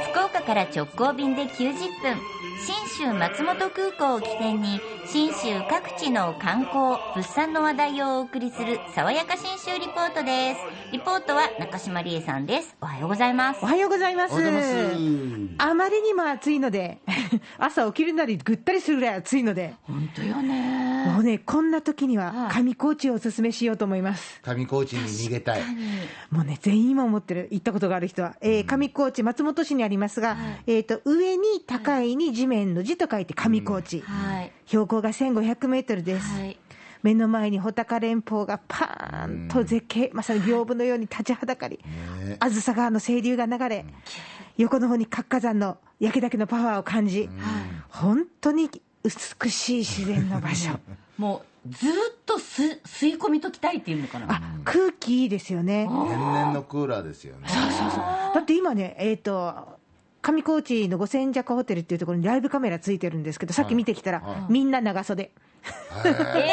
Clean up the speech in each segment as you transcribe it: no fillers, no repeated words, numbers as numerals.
福岡から直行便で90分、信州松本空港を起点に信州各地の観光物産の話題をお送りする爽やか信州リポートです。リポートは中島理恵さんです。おはようございます。 おはようございます。あまりにも暑いので朝起きるなりぐったりするぐらい暑いので、 本当よね。 もうね、こんな時には上高地をおすすめしようと思います。 上高地に逃げたい。 もうね、全員今思ってる、行ったことがある人は、上高地松本市にありますが、上に高いに地面の字と書いて上高地、標高が1500メートルです。目の前に穂高連峰がパーンと絶景、まさに屏風のように立ちはだかり、あずさ川の清流が流れ、横の方に活火山の焼けだけのパワーを感じ、本当に美しい自然の場所もうずっと吸い込みときたいっていうのかな。 空気いいですよね。 天然のクーラーですよね。 だって今ね、上高地の五千尺ホテルっていうところにライブカメラついてるんですけど、さっき見てきたら、みんな長袖長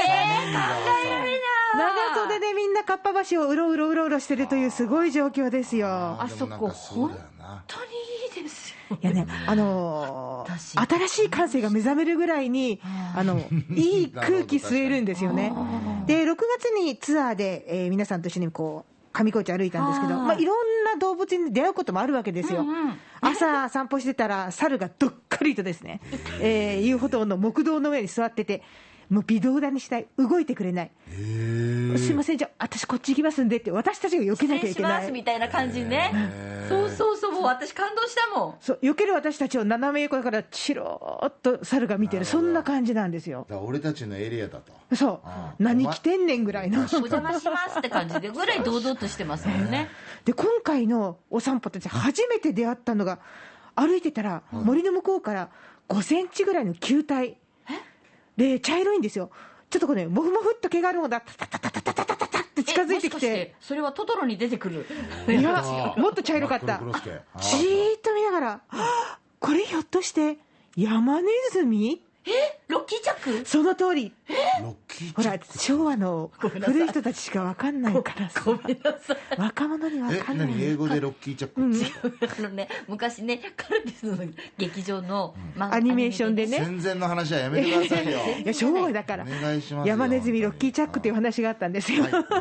袖でみんなかっぱ橋をうろうろしてるというすごい状況ですよ。 あそこ本当にいいですよ。 いやね、新しい感性が目覚めるぐらいにいい空気吸えるんですよね。で6月にツアーで、皆さんと一緒にこう上高地歩いたんですけど、いろんな動物に出会うこともあるわけですよ。朝散歩してたら猿がどっかりとですね、遊歩道の木道の上に座ってて、もう微動だにしない、動いてくれない。すいません、じゃあ私こっち行きますんでって、私たちが避けなきゃいけない、 失礼しますみたいな感じね。そうもう私感動したもん。 そう避ける私たちを斜め横からチローっと猿が見てる、そんな感じなんですよ。 だから俺たちのエリアだと。 そう、何着てんねんぐらいのお邪魔しますって感じでぐらい堂々としてますもんね。 で今回のお散歩たち初めて出会ったのが、歩いてたら森の向こうから5センチぐらいの球体で茶色いんですよ。ちょっとこれ、ね、もふもふっと毛があるのだタタタタタタタタタって近づいてきて、 それはトトロに出てくる。 いやもっと茶色かった。じーっと見ながら、これひょっとしてヤマネズミ？ ロッキーチャック？ その通り。 ロッキーチャック。 ほら昭和の古い人たちしか分かんないからさ。 ごめんなさい。 若者に分かんない。 何英語でロッキーチャック？ ね、昔ねカルピスの劇場のアニメーションでね。 戦前の話はやめてくださいよ。 いや昭和だから。 お願いしますよ。 ヤマネズミロッキーチャックっていう話があったんですよ。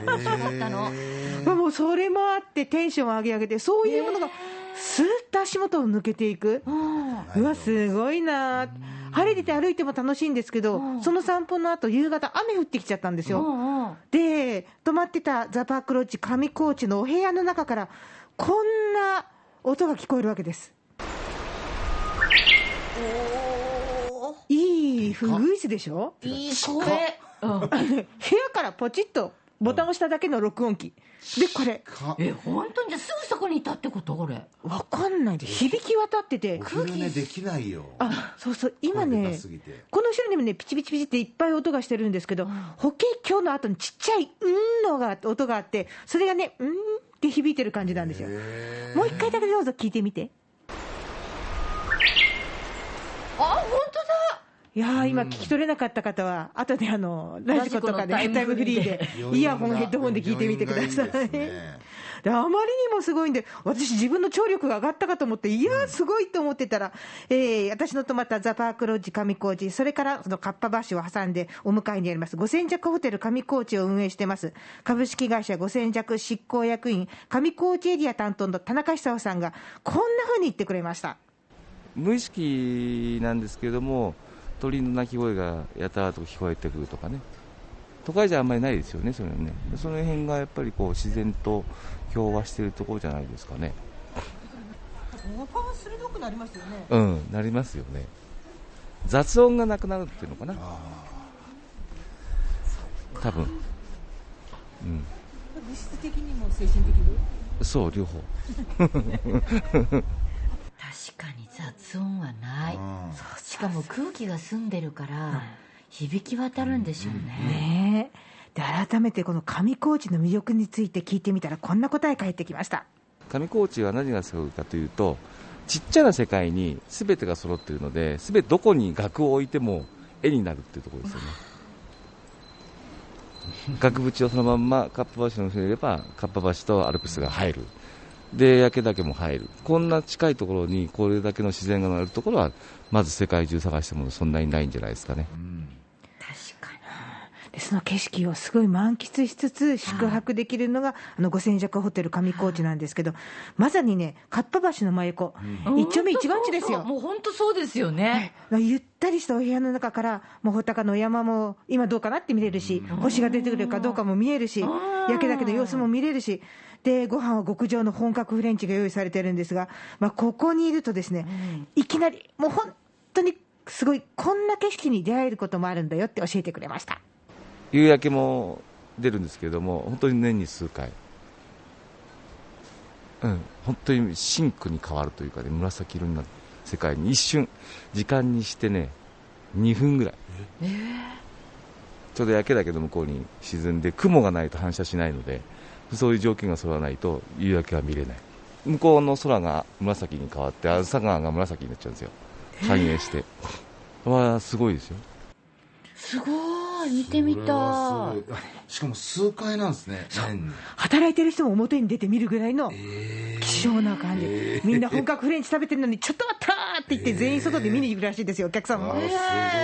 もうそれもあってテンションを上げて、そういうものがスーッと足元を抜けていく。うわすごいな。晴れてて歩いても楽しいんですけど、その散歩の後夕方雨降ってきちゃったんですよ。で泊まってたザパークロッジ上高地のお部屋の中からこんな音が聞こえるわけです。いいフグイスでしょ。 いい声。 部屋からポチッとボタンを押しただけの録音機で、これ本当にじゃすぐそこにいたってこと？これ分かんないで響き渡ってて、 空気できないよ。 そう今ね、この後ろにもねピチピチピチっていっぱい音がしてるんですけど、法華経の後にちっちゃいのが音があって、それがねって響いてる感じなんですよ。もう一回だけどうぞ聞いてみて。 本当だ。 いや今聞き取れなかった方は後でラジコとかでタイムフリーでイヤホンヘッドホンで聞いてみてください。であまりにもすごいんで、私自分の聴力が上がったかと思って、いやすごいと思ってたら、私の泊まったザパークロッジ上高地、それからそのかっぱ橋を挟んでお向かいにあります五千尺ホテル上高地を運営してます株式会社五千尺執行役員上高地エリア担当の田中久夫さんがこんな風に言ってくれました。 無意識なんですけれども、鳥の鳴き声がやたらと聞こえてくるとかね、都会じゃあんまりないですよね、それね。その辺がやっぱりこう自然と調和しているところじゃないですかね。 オファー鋭くなりますよね。 なりますよね。雑音がなくなるっていうのかな、多分。物質的にも精神的にそう、両方。 確かに雑音はない。しかも空気が澄んでるから響き渡るんでしょうね。 で改めてこの上高地の魅力について聞いてみたら、こんな答え返ってきました。 上高地は何がすごいかというと、ちっちゃな世界に全てが揃っているので、全てどこに額を置いても絵になるっていうところですよね。額縁をそのまんまかっぱ橋の上に入れればかっぱ橋とアルプスが入る。 で焼岳も入る、こんな近いところにこれだけの自然があるところはまず世界中探してもそんなにないんじゃないですかね。 確かに。 でその景色をすごい満喫しつつ宿泊できるのが五千尺ホテル上高地なんですけど、まさにね、かっぱ橋の真横、一丁目一番地ですよ。 もう本当そうですよね。 ゆったりしたお部屋の中からもう穂高の山も今どうかなって見れるし、星が出てくるかどうかも見えるし、焼け岳の様子も見れるし、でご飯は極上の本格フレンチが用意されてるんですが、ここにいるとですね、いきなりもう本当にすごい、こんな景色に出会えることもあるんだよって教えてくれました。 夕焼けも出るんですけれども、本当に年に数回、本当に深紅に変わるというかね、紫色になる世界に一瞬時間にしてね、2分ぐらい、ちょうど焼け岳の向こうに沈んで雲がないと反射しないので、そういう条件が揃わないと夕焼けは見れない。向こうの空が紫に変わって梓川が紫になっちゃうんですよ、反映して。すごいですよ。 すごい、見てみたい。 しかも数回なんですね、年に。 働いてる人も表に出て見るぐらいの希少な感じ、みんな本格フレンチ食べてるのにちょっと待ったーって言って全員外で見に行くらしいですよ、お客さんも。 すごい。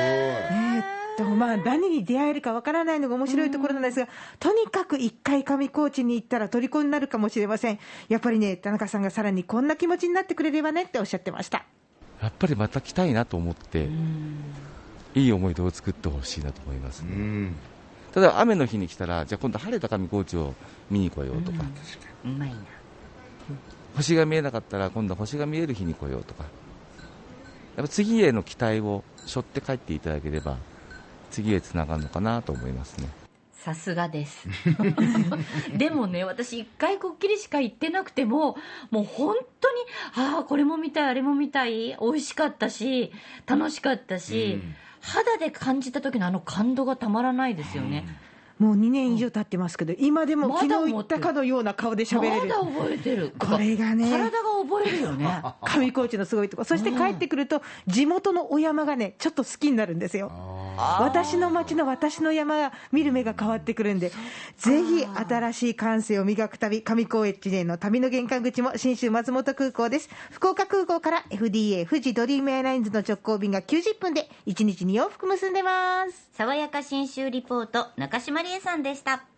何に出会えるかわからないのが面白いところなんですが、とにかく一回上高地に行ったら虜になるかもしれません。やっぱりね、田中さんがさらにこんな気持ちになってくれればねっておっしゃってました。 やっぱりまた来たいなと思って、いい思い出を作ってほしいなと思いますね。ただ雨の日に来たら、じゃあ今度晴れた上高地を見に来ようとか、 うまいな。 星が見えなかったら今度は星が見える日に来ようとか、やっぱ次への期待を背負って帰っていただければ次へつながるのかなと思いますね。 さすがですでもね、私一回こっきりしか行ってなくても、もう本当にこれも見たいあれも見たい、美味しかったし楽しかったし、肌で感じた時の感動がたまらないですよね。 もう2年以上経ってますけど、今でも昨日行ったかのような顔で喋れる。 まだ覚えてる。 これがね、 体が覚えるよね上高地のすごいところ。そして帰ってくると地元のお山がねちょっと好きになるんですよ。私の町の私の山が見る目が変わってくるんで、ぜひ新しい感性を磨く旅、上高地での旅の玄関口も信州松本空港です。福岡空港から FDA 富士ドリームエアラインズの直行便が90分で1日2往復結んでます。 爽やか信州リポート、中島理恵さんでした。